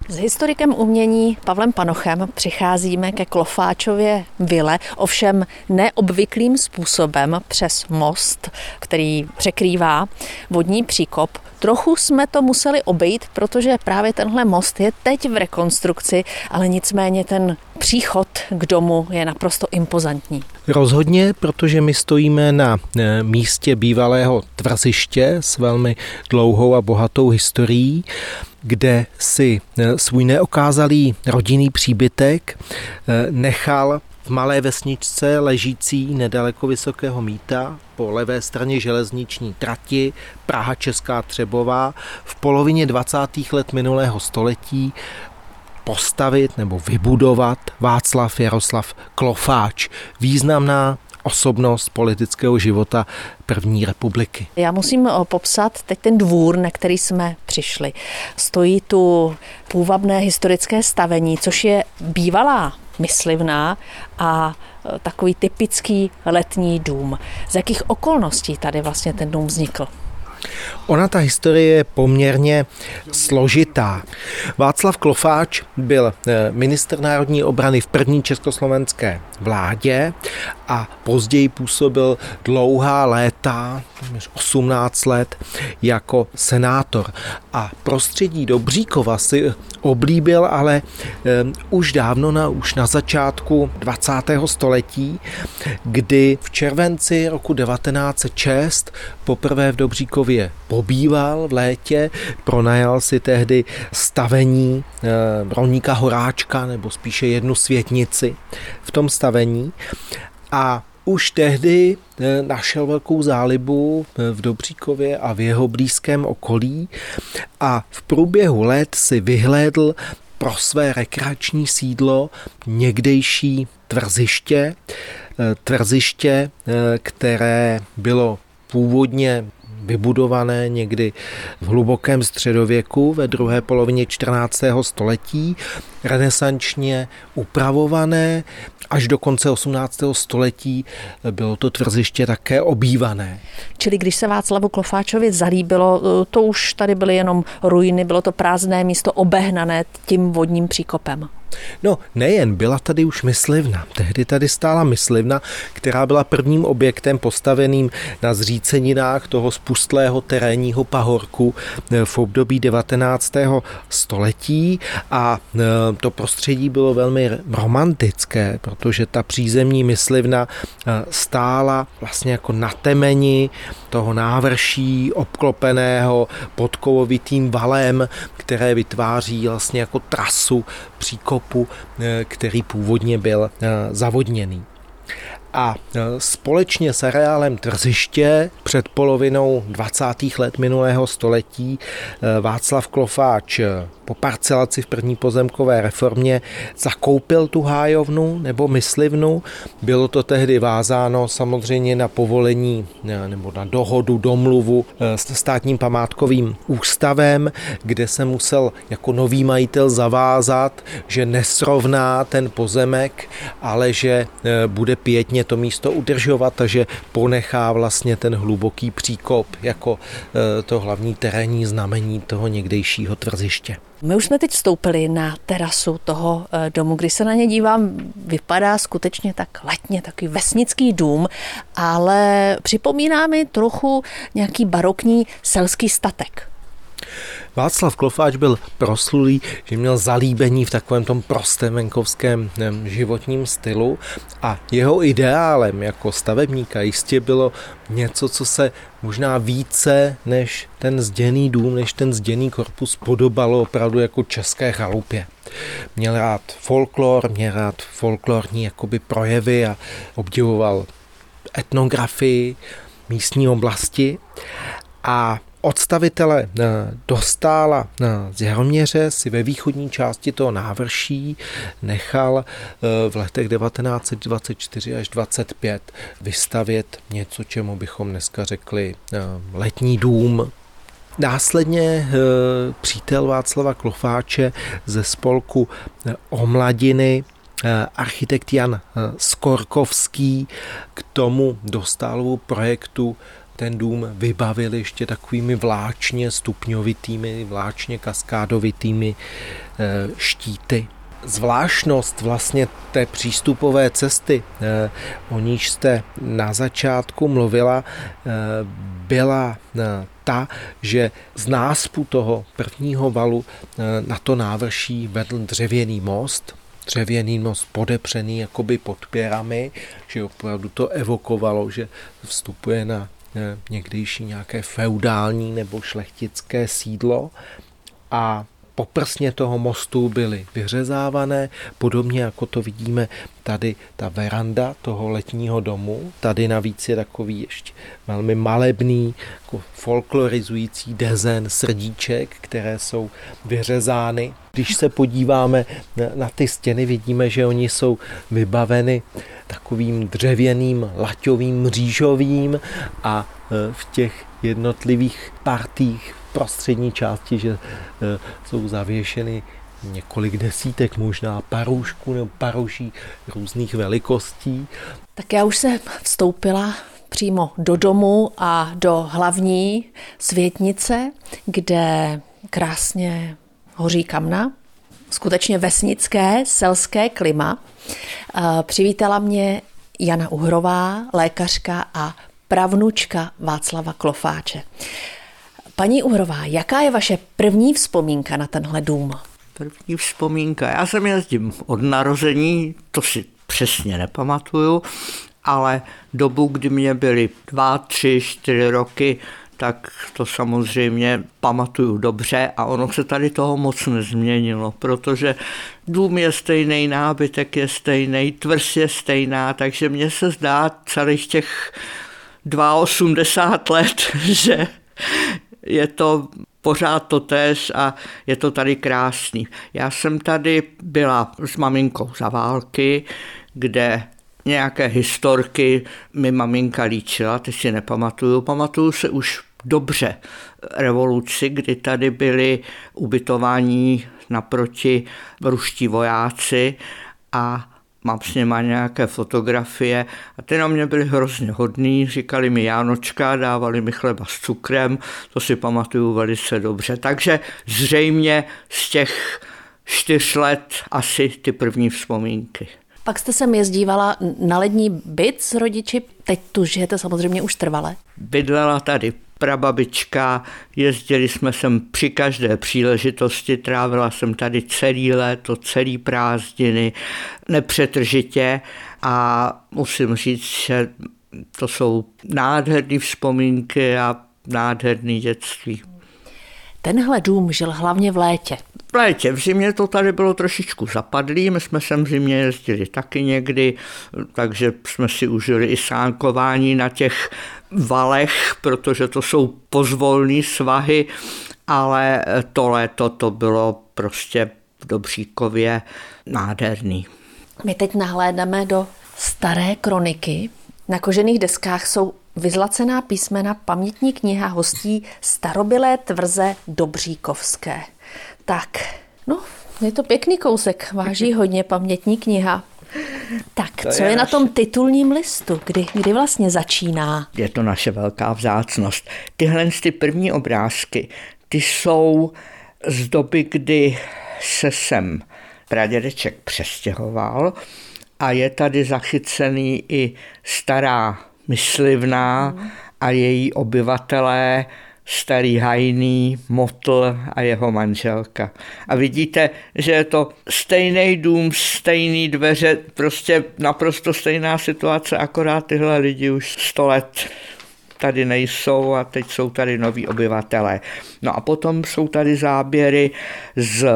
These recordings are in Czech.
S historikem umění Pavlem Panochem přicházíme ke Klofáčově vile, ovšem neobvyklým způsobem přes most, který překrývá vodní příkop. Trochu jsme to museli obejít, protože právě tenhle most je teď v rekonstrukci, ale nicméně ten příchod k domu je naprosto impozantní. Rozhodně, protože my stojíme na místě bývalého tvrziště s velmi dlouhou a bohatou historií, kde si svůj neokázalý rodinný příbytek nechal v malé vesničce ležící nedaleko Vysokého Mýta po levé straně železniční trati Praha-Česká Třebová v polovině 20. let minulého století postavit nebo vybudovat Václav Jaroslav Klofáč, významná osobnost politického života první republiky. Já musím popsat teď ten dvůr, na který jsme přišli. Stojí tu půvabné historické stavení, což je bývalá myslivna a takový typický letní dům. Z jakých okolností tady vlastně ten dům vznikl? Ona ta historie je poměrně složitá. Václav Klofáč byl ministr národní obrany v první československé vládě a později působil dlouhá léta, 18 let, jako senátor. A prostředí Dobříkova si oblíbil ale už dávno, už na začátku 20. století, kdy v červenci roku 1906 poprvé v Dobříkově pobýval v létě, pronajal si tehdy stavení rolníka Horáčka, nebo spíše jednu světnici v tom stavení. A už tehdy našel velkou zálibu v Dobříkově a v jeho blízkém okolí a v průběhu let si vyhlédl pro své rekreační sídlo někdejší tvrziště, které bylo původně vybudované někdy v hlubokém středověku ve druhé polovině 14. století, renesančně upravované, až do konce 18. století bylo to tvrziště také obývané. Čili když se Václavu Klofáčovi zalíbilo, to už tady byly jenom ruiny, bylo to prázdné místo obehnané tím vodním příkopem. No nejen, byla tady už myslivna. Tehdy tady stála myslivna, která byla prvním objektem postaveným na zříceninách toho spustlého terénního pahorku v období 19. století a to prostředí bylo velmi romantické, protože ta přízemní myslivna stála vlastně jako na temeni toho návrší obklopeného podkovovitým valem, které vytváří vlastně jako trasu příkopu, který původně byl zavodněný. A společně s areálem tvrziště před polovinou 20. let minulého století Václav Klofáč po parcelaci v první pozemkové reformě zakoupil tu hájovnu nebo myslivnu. Bylo to tehdy vázáno samozřejmě na povolení nebo na dohodu, domluvu s státním památkovým ústavem, kde se musel jako nový majitel zavázat, že nesrovná ten pozemek, ale že bude pietně to místo udržovat a že ponechá vlastně ten hluboký příkop jako to hlavní terénní znamení toho někdejšího tvrziště. My už jsme teď vstoupili na terasu toho domu. Když se na ně dívám, vypadá skutečně tak letně, takový vesnický dům, ale připomíná mi trochu nějaký barokní selský statek. Václav Klofáč byl proslulý, že měl zalíbení v takovém tom prostém venkovském životním stylu a jeho ideálem jako stavebníka jistě bylo něco, co se možná více než ten zděný dům, než ten zděný korpus podobalo opravdu jako české chalupě. Měl rád folklor, měl rád folklorní jakoby projevy a obdivoval etnografii místní oblasti a od stavitele Dostála z Jaroměře si ve východní části toho návrší nechal v letech 1924 až 25 vystavět něco, čemu bychom dneska řekli letní dům. Následně přítel Václava Klofáče ze spolku Omladiny, architekt Jan Skorkovský, k tomu Dostálovu projektu ten dům vybavili ještě takovými vláčně stupňovitými, vláčně kaskádovitými štíty. Zvláštnost vlastně té přístupové cesty, o níž jste na začátku mluvila, byla ta, že z náspu toho prvního valu na to návrší vedl dřevěný most podepřený jakoby podpěrami, že opravdu to evokovalo, že vstupuje na někdejší nějaké feudální nebo šlechtické sídlo a poprsně toho mostu byly vyřezávané, podobně jako to vidíme tady ta veranda toho letního domu. Tady navíc je takový ještě velmi malebný, jako folklorizující dezen srdíček, které jsou vyřezány. Když se podíváme na ty stěny, vidíme, že oni jsou vybaveny takovým dřevěným laťovým mřížovým a v těch jednotlivých partích prostřední části, že jsou zavěšeny několik desítek možná paroušků nebo parouší různých velikostí. Tak já už jsem vstoupila přímo do domu a do hlavní světnice, kde krásně hoří kamna, skutečně vesnické, selské klima. Přivítala mě Jana Uhrová, lékařka a pravnučka Václava Klofáče. Paní Uhrová, jaká je vaše první vzpomínka na tenhle dům? První vzpomínka. Já jsem jezdím od narození, to si přesně nepamatuju, ale dobu, kdy mě byly 2, 3, 4 roky, tak to samozřejmě pamatuju dobře a ono se tady toho moc nezměnilo, protože dům je stejný, nábytek je stejný, tvrz je stejná, takže mně se zdá celých těch 82 let, že je to pořád totéž a je to tady krásný. Já jsem tady byla s maminkou za války, kde nějaké historky mi maminka líčila, teď si nepamatuju. Pamatuju se už dobře revoluci, kdy tady byli ubytováni naproti ruští vojáci a mám s něma nějaké fotografie a ty na mě byli hrozně hodný, říkali mi Jánočka, dávali mi chleba s cukrem, to si pamatuju velice dobře. Takže zřejmě z těch 4 let asi ty první vzpomínky. Pak jste sem jezdívala na lední byt s rodiči, teď tu žijete samozřejmě už trvale. Bydlela tady prababička, jezdili jsme sem při každé příležitosti, trávila jsem tady celý léto, celý prázdniny, nepřetržitě a musím říct, že to jsou nádherné vzpomínky a nádherné dětství. Tenhle dům žil hlavně v létě. V létě, v zimě to tady bylo trošičku zapadlý, my jsme sem v zimě jezdili taky někdy, takže jsme si užili i sánkování na těch valech, protože to jsou pozvolné svahy, ale to léto to bylo prostě v Dobříkově nádherný. My teď nahlédneme do staré kroniky. Na kožených deskách jsou vyzlacená písmena pamětní kniha hostí starobylé tvrze Dobříkovské. Tak, no, je to pěkný kousek, váží hodně pamětní kniha. Tak, co je na tom titulním listu? Kdy vlastně začíná? Je to naše velká vzácnost. Tyhle ty první obrázky, ty jsou z doby, kdy se sem pradědeček přestěhoval a je tady zachycený i stará myslivna a její obyvatelé, starý hajný, Motl a jeho manželka. A vidíte, že je to stejný dům, stejný dveře, prostě naprosto stejná situace, akorát tyhle lidi už 100 let tady nejsou a teď jsou tady noví obyvatelé. No a potom jsou tady záběry z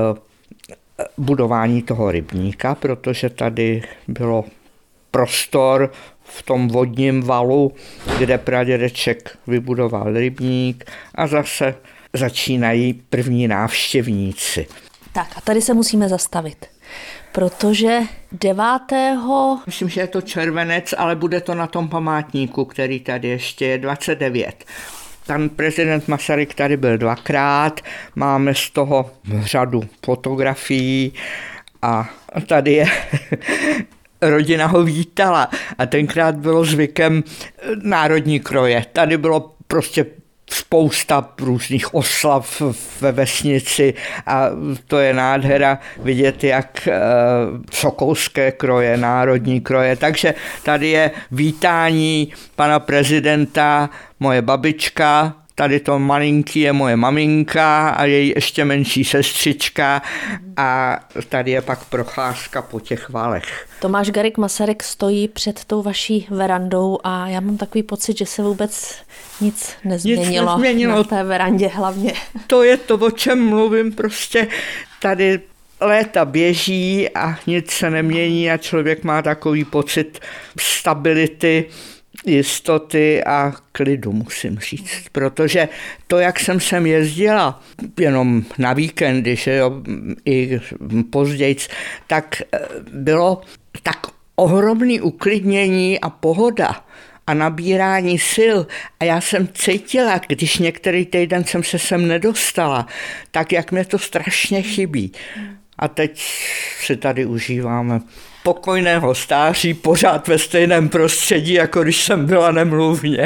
budování toho rybníka, protože tady bylo prostor v tom vodním valu, kde pradědeček vybudoval rybník a zase začínají první návštěvníci. Tak a tady se musíme zastavit, protože 9. Myslím, že je to červenec, ale bude to na tom památníku, který tady ještě je 29. Pan prezident Masaryk tady byl 2krát, máme z toho řadu fotografií a tady je rodina ho vítala a tenkrát bylo zvykem národní kroje. Tady bylo prostě spousta různých oslav ve vesnici a to je nádhera vidět, jak sokolské kroje, národní kroje. Takže tady je vítání pana prezidenta, moje babička, tady to malinký je moje maminka a její ještě menší sestřička a tady je pak procházka po těch valech. Tomáš Garrigue Masaryk stojí před tou vaší verandou a já mám takový pocit, že se vůbec nic nezměnilo na té verandě hlavně. To je to, o čem mluvím, prostě tady léta běží a nic se nemění a člověk má takový pocit stability, jistoty a klidu, musím říct. Protože to, jak jsem sem jezdila, jenom na víkendy, že jo, i později, tak bylo tak ohromný uklidnění a pohoda a nabírání sil. A já jsem cítila, když některý týden jsem se sem nedostala, tak jak mě to strašně chybí. A teď si tady užíváme pokojného stáří pořád ve stejném prostředí, jako když jsem byla nemluvně.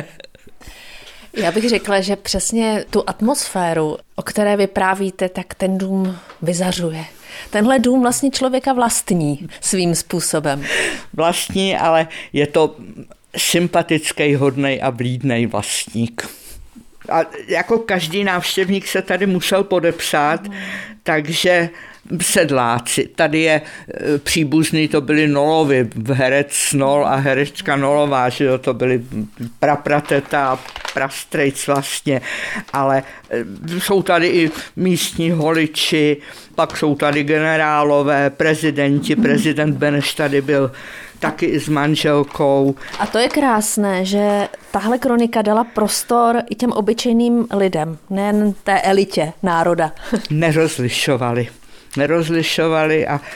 Já bych řekla, že přesně tu atmosféru, o které vyprávíte, tak ten dům vyzařuje. Tenhle dům vlastně člověka vlastní svým způsobem. Vlastní, ale je to sympatický, hodnej a vlídnej vlastník. A jako každý návštěvník se tady musel podepsat, takže sedláci. Tady je příbuzný, to byli Nolovi, herec Nol a herečka Nolová, že jo, to byli praprateta a prastrejc vlastně, ale jsou tady i místní holiči, pak jsou tady generálové, prezidenti, prezident Beneš tady byl taky i s manželkou. A to je krásné, že tahle kronika dala prostor i těm obyčejným lidem, nejen té elitě národa. Nerozlišovali a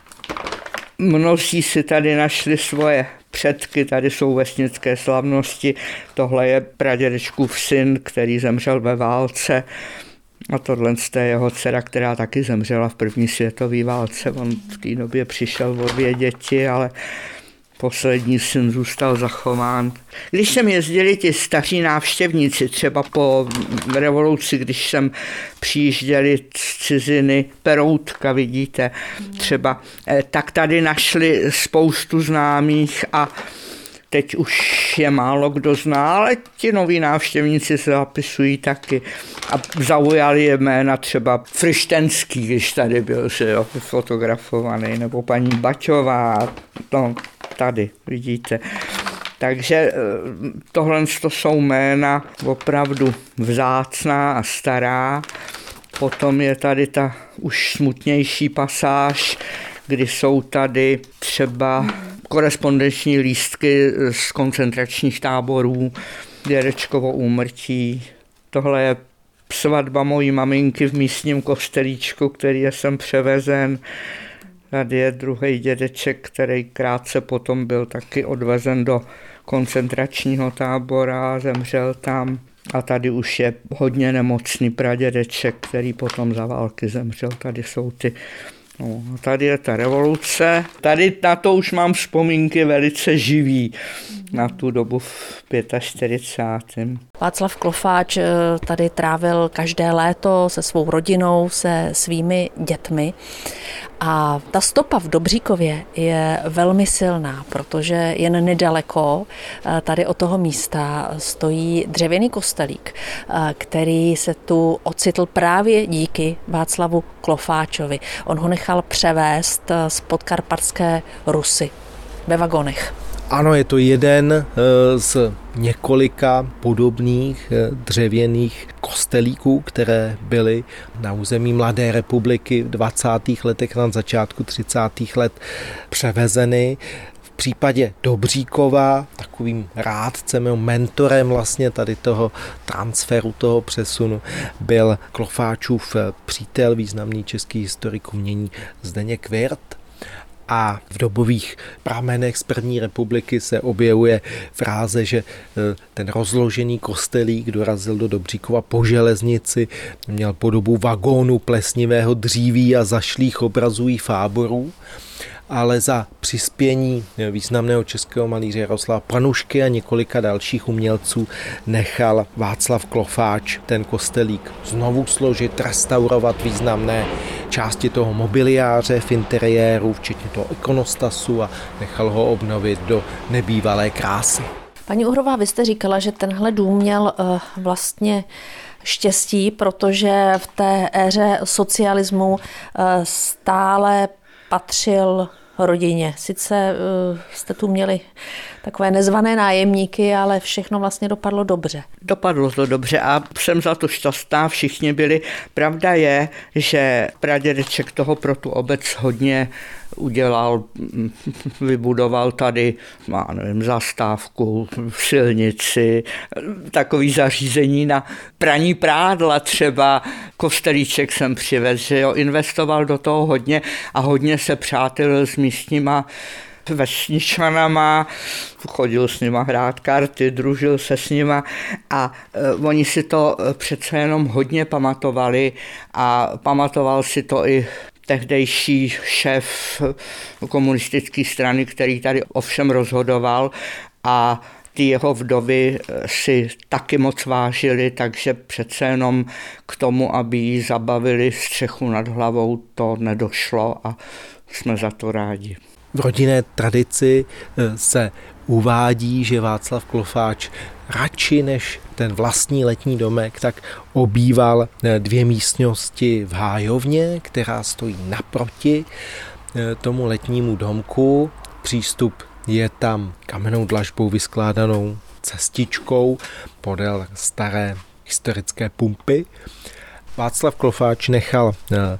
mnozí si tady našli svoje předky, tady jsou vesnické slavnosti, tohle je pradědečkův syn, který zemřel ve válce a tohle je jeho dcera, která taky zemřela v první světové válce. On v té době přišel o 2 děti, ale poslední syn zůstal zachován. Když sem jezdili ti staří návštěvníci, třeba po revoluci, když sem přijížděli z ciziny, Peroutka, vidíte, třeba, tak tady našli spoustu známých a teď už je málo kdo zná, ale ti noví návštěvníci se zapisují taky a zaujali je jména třeba Frištenský, když tady byl, že jo, fotografovaný, nebo paní Baťová, no, tady, vidíte. Takže tohle to jsou jména opravdu vzácná a stará. Potom je tady ta už smutnější pasáž, kdy jsou tady třeba korespondenční lístky z koncentračních táborů, dědečkovo úmrtí. Tohle je svatba mojí maminky v místním kostelíčku, který je sem převezen. Tady je druhý dědeček, který krátce potom byl taky odvezen do koncentračního tábora, zemřel tam. A tady už je hodně nemocný pradědeček, který potom za války zemřel. Tady jsou ty. No, tady je ta revoluce. Tady na to už mám vzpomínky velice živý na tu dobu v 45. Václav Klofáč tady trávil každé léto se svou rodinou, se svými dětmi. A ta stopa v Dobříkově je velmi silná, protože jen nedaleko tady od toho místa stojí dřevěný kostelík, který se tu ocitl právě díky Václavu Klofáčovi. On ho nechal převést z Podkarpatské Rusy ve vagonech. Ano, je to jeden z několika podobných dřevěných kostelíků, které byly na území Mladé republiky v 20. letech na začátku 30. let převezeny. V případě Dobříkova takovým rádcem, mentorem vlastně tady toho transferu, toho přesunu byl Klofáčův přítel, významný český historik umění Zdeněk Wirth. A v dobových pramenech z první republiky se objevuje fráze, že ten rozložený kostelík dorazil do Dobříkova po železnici, měl podobu vagónu plesnivého dříví a zašlých obrazů i fáborů. ale za přispění významného českého malíře Jaroslava Pranušky a několika dalších umělců nechal Václav Klofáč ten kostelík znovu složit, restaurovat významné části toho mobiliáře v interiéru, včetně toho ikonostasu, a nechal ho obnovit do nebývalé krásy. Paní Uhrová, vy jste říkala, že tenhle dům měl vlastně štěstí, protože v té éře socialismu stále patřil rodině. Sice jste tu měli takové nezvané nájemníky, ale všechno vlastně dopadlo dobře. Dopadlo to dobře a jsem za to šťastná, všichni byli. Pravda je, že pradědeček toho pro tu obec hodně udělal, vybudoval tady, zastávku, silnici, takový zařízení na praní prádla třeba, kostelíček jsem přivezl, že jo, investoval do toho hodně a hodně se přátelil s místníma vesničanama, chodil s nima hrát karty, družil se s nima a oni si to přece jenom hodně pamatovali a pamatoval si to i tehdejší šéf komunistické strany, který tady ovšem rozhodoval, a ty jeho vdovy si taky moc vážili, takže přece jenom k tomu, aby jí zabavili střechu nad hlavou, to nedošlo a jsme za to rádi. V rodinné tradici se uvádí, že Václav Klofáč radši než ten vlastní letní domek, tak obýval 2 místnosti v Hájovně, která stojí naproti tomu letnímu domku. Přístup je tam kamennou dlažbou vyskládanou cestičkou podél staré historické pumpy. Václav Klofáč nechal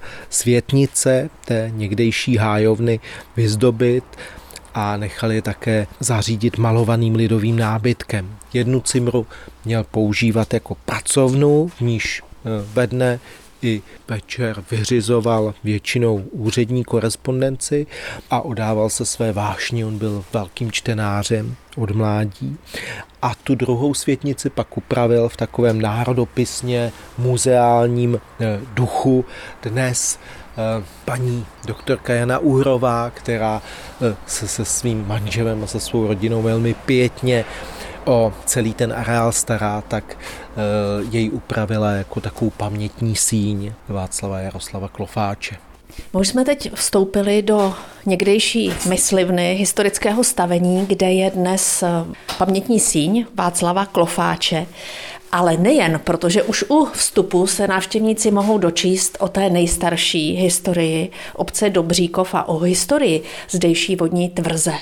světnice té někdejší Hájovny vyzdobit a nechal je také zařídit malovaným lidovým nábytkem. Jednu cimru měl používat jako pracovnu, v níž ve dne i večer vyřizoval většinou úřední korespondenci a odával se své vášni. On byl velkým čtenářem od mládí. A tu druhou světnici pak upravil v takovém národopisně muzeálním duchu. Dnes paní doktorka Jana Uhrová, která se svým manželem a se svou rodinou velmi pěkně o celý ten areál stará, tak jej upravila jako takovou pamětní síň Václava Jaroslava Klofáče. My už jsme teď vstoupili do někdejší myslivny historického stavení, kde je dnes pamětní síň Václava Klofáče. Ale nejen, protože už u vstupu se návštěvníci mohou dočíst o té nejstarší historii obce Dobříkov a o historii zdejší vodní tvrze.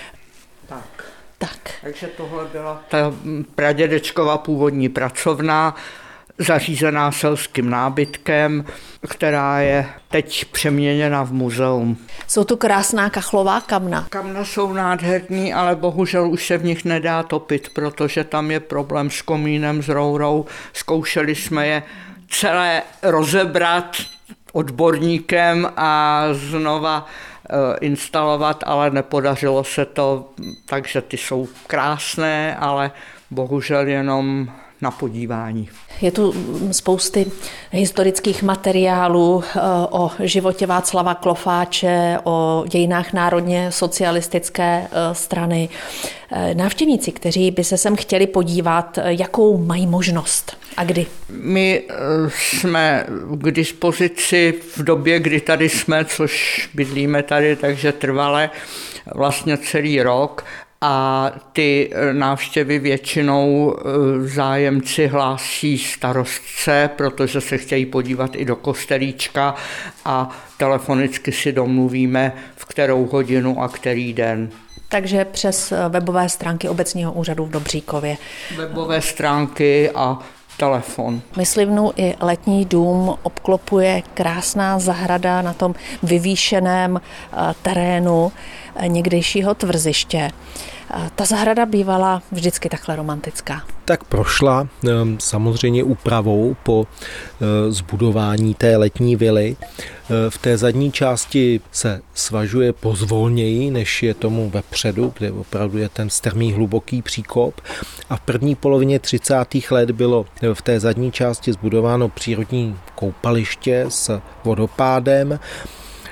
Tak. Takže tohle byla ta pradědečková původní pracovna, zařízená selským nábytkem, která je teď přeměněna v muzeum. Jsou tu krásná kachlová kamna. Kamna jsou nádherný, ale bohužel už se v nich nedá topit, protože tam je problém s komínem, s rourou. Zkoušeli jsme je celé rozebrat odborníkem a znova instalovat, ale nepodařilo se to, takže ty jsou krásné, ale bohužel jenom na podívání. Je tu spousty historických materiálů o životě Václava Klofáče, o dějinách národně socialistické strany. Návštěvníci, kteří by se sem chtěli podívat, jakou mají možnost a kdy? My jsme k dispozici v době, kdy tady jsme, což bydlíme tady, takže trvale vlastně celý rok. A ty návštěvy většinou zájemci hlásí starostce, protože se chtějí podívat i do kostelíčka a telefonicky si domluvíme, v kterou hodinu a který den. Takže přes webové stránky obecního úřadu v Dobříkově. Webové stránky a telefon. Myslivnu i letní dům obklopuje krásná zahrada na tom vyvýšeném terénu někdejšího tvrziště. Ta zahrada bývala vždycky takhle romantická. Tak prošla samozřejmě úpravou po zbudování té letní vily. V té zadní části se svažuje pozvolněji, než je tomu vepředu, kde opravdu je ten strmý hluboký příkop. A v první polovině 30. let bylo v té zadní části zbudováno přírodní koupaliště s vodopádem.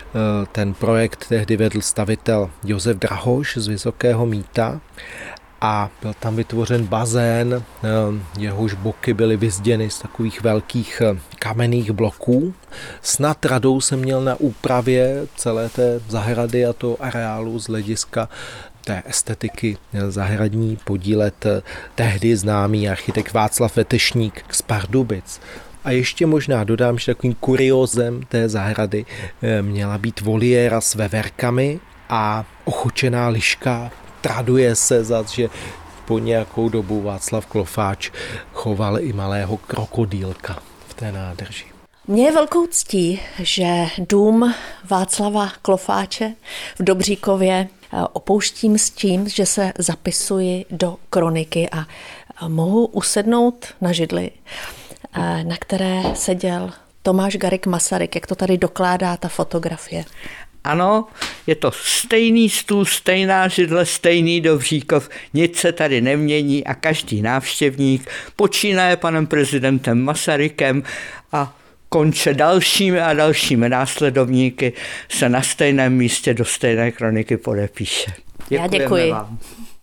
Ten projekt tehdy vedl stavitel Josef Drahoš z Vysokého Mýta a byl tam vytvořen bazén, jehož boky byly vyzděny z takových velkých kamenných bloků. Snad radou se měl na úpravě celé té zahrady a toho areálu z hlediska té estetiky zahradní podílet tehdy známý architekt Václav Vetešník z Pardubic. A ještě možná dodám, že takovým kuriózem té zahrady měla být voliéra s veverkami a ochočená liška. Traduje se zas, že po nějakou dobu Václav Klofáč choval i malého krokodýlka v té nádrži. Mně je velkou ctí, že dům Václava Klofáče v Dobříkově opouštím s tím, že se zapisuji do kroniky a mohu usednout na židli, na které seděl Tomáš Garrigue Masaryk, jak to tady dokládá ta fotografie. Ano, je to stejný stůl, stejná židle, stejný Dobříkov, nic se tady nemění a každý návštěvník počínaje panem prezidentem Masarykem a konče dalšími a dalšími následovníky se na stejném místě do stejné kroniky podepíše. Já děkuji. Vám.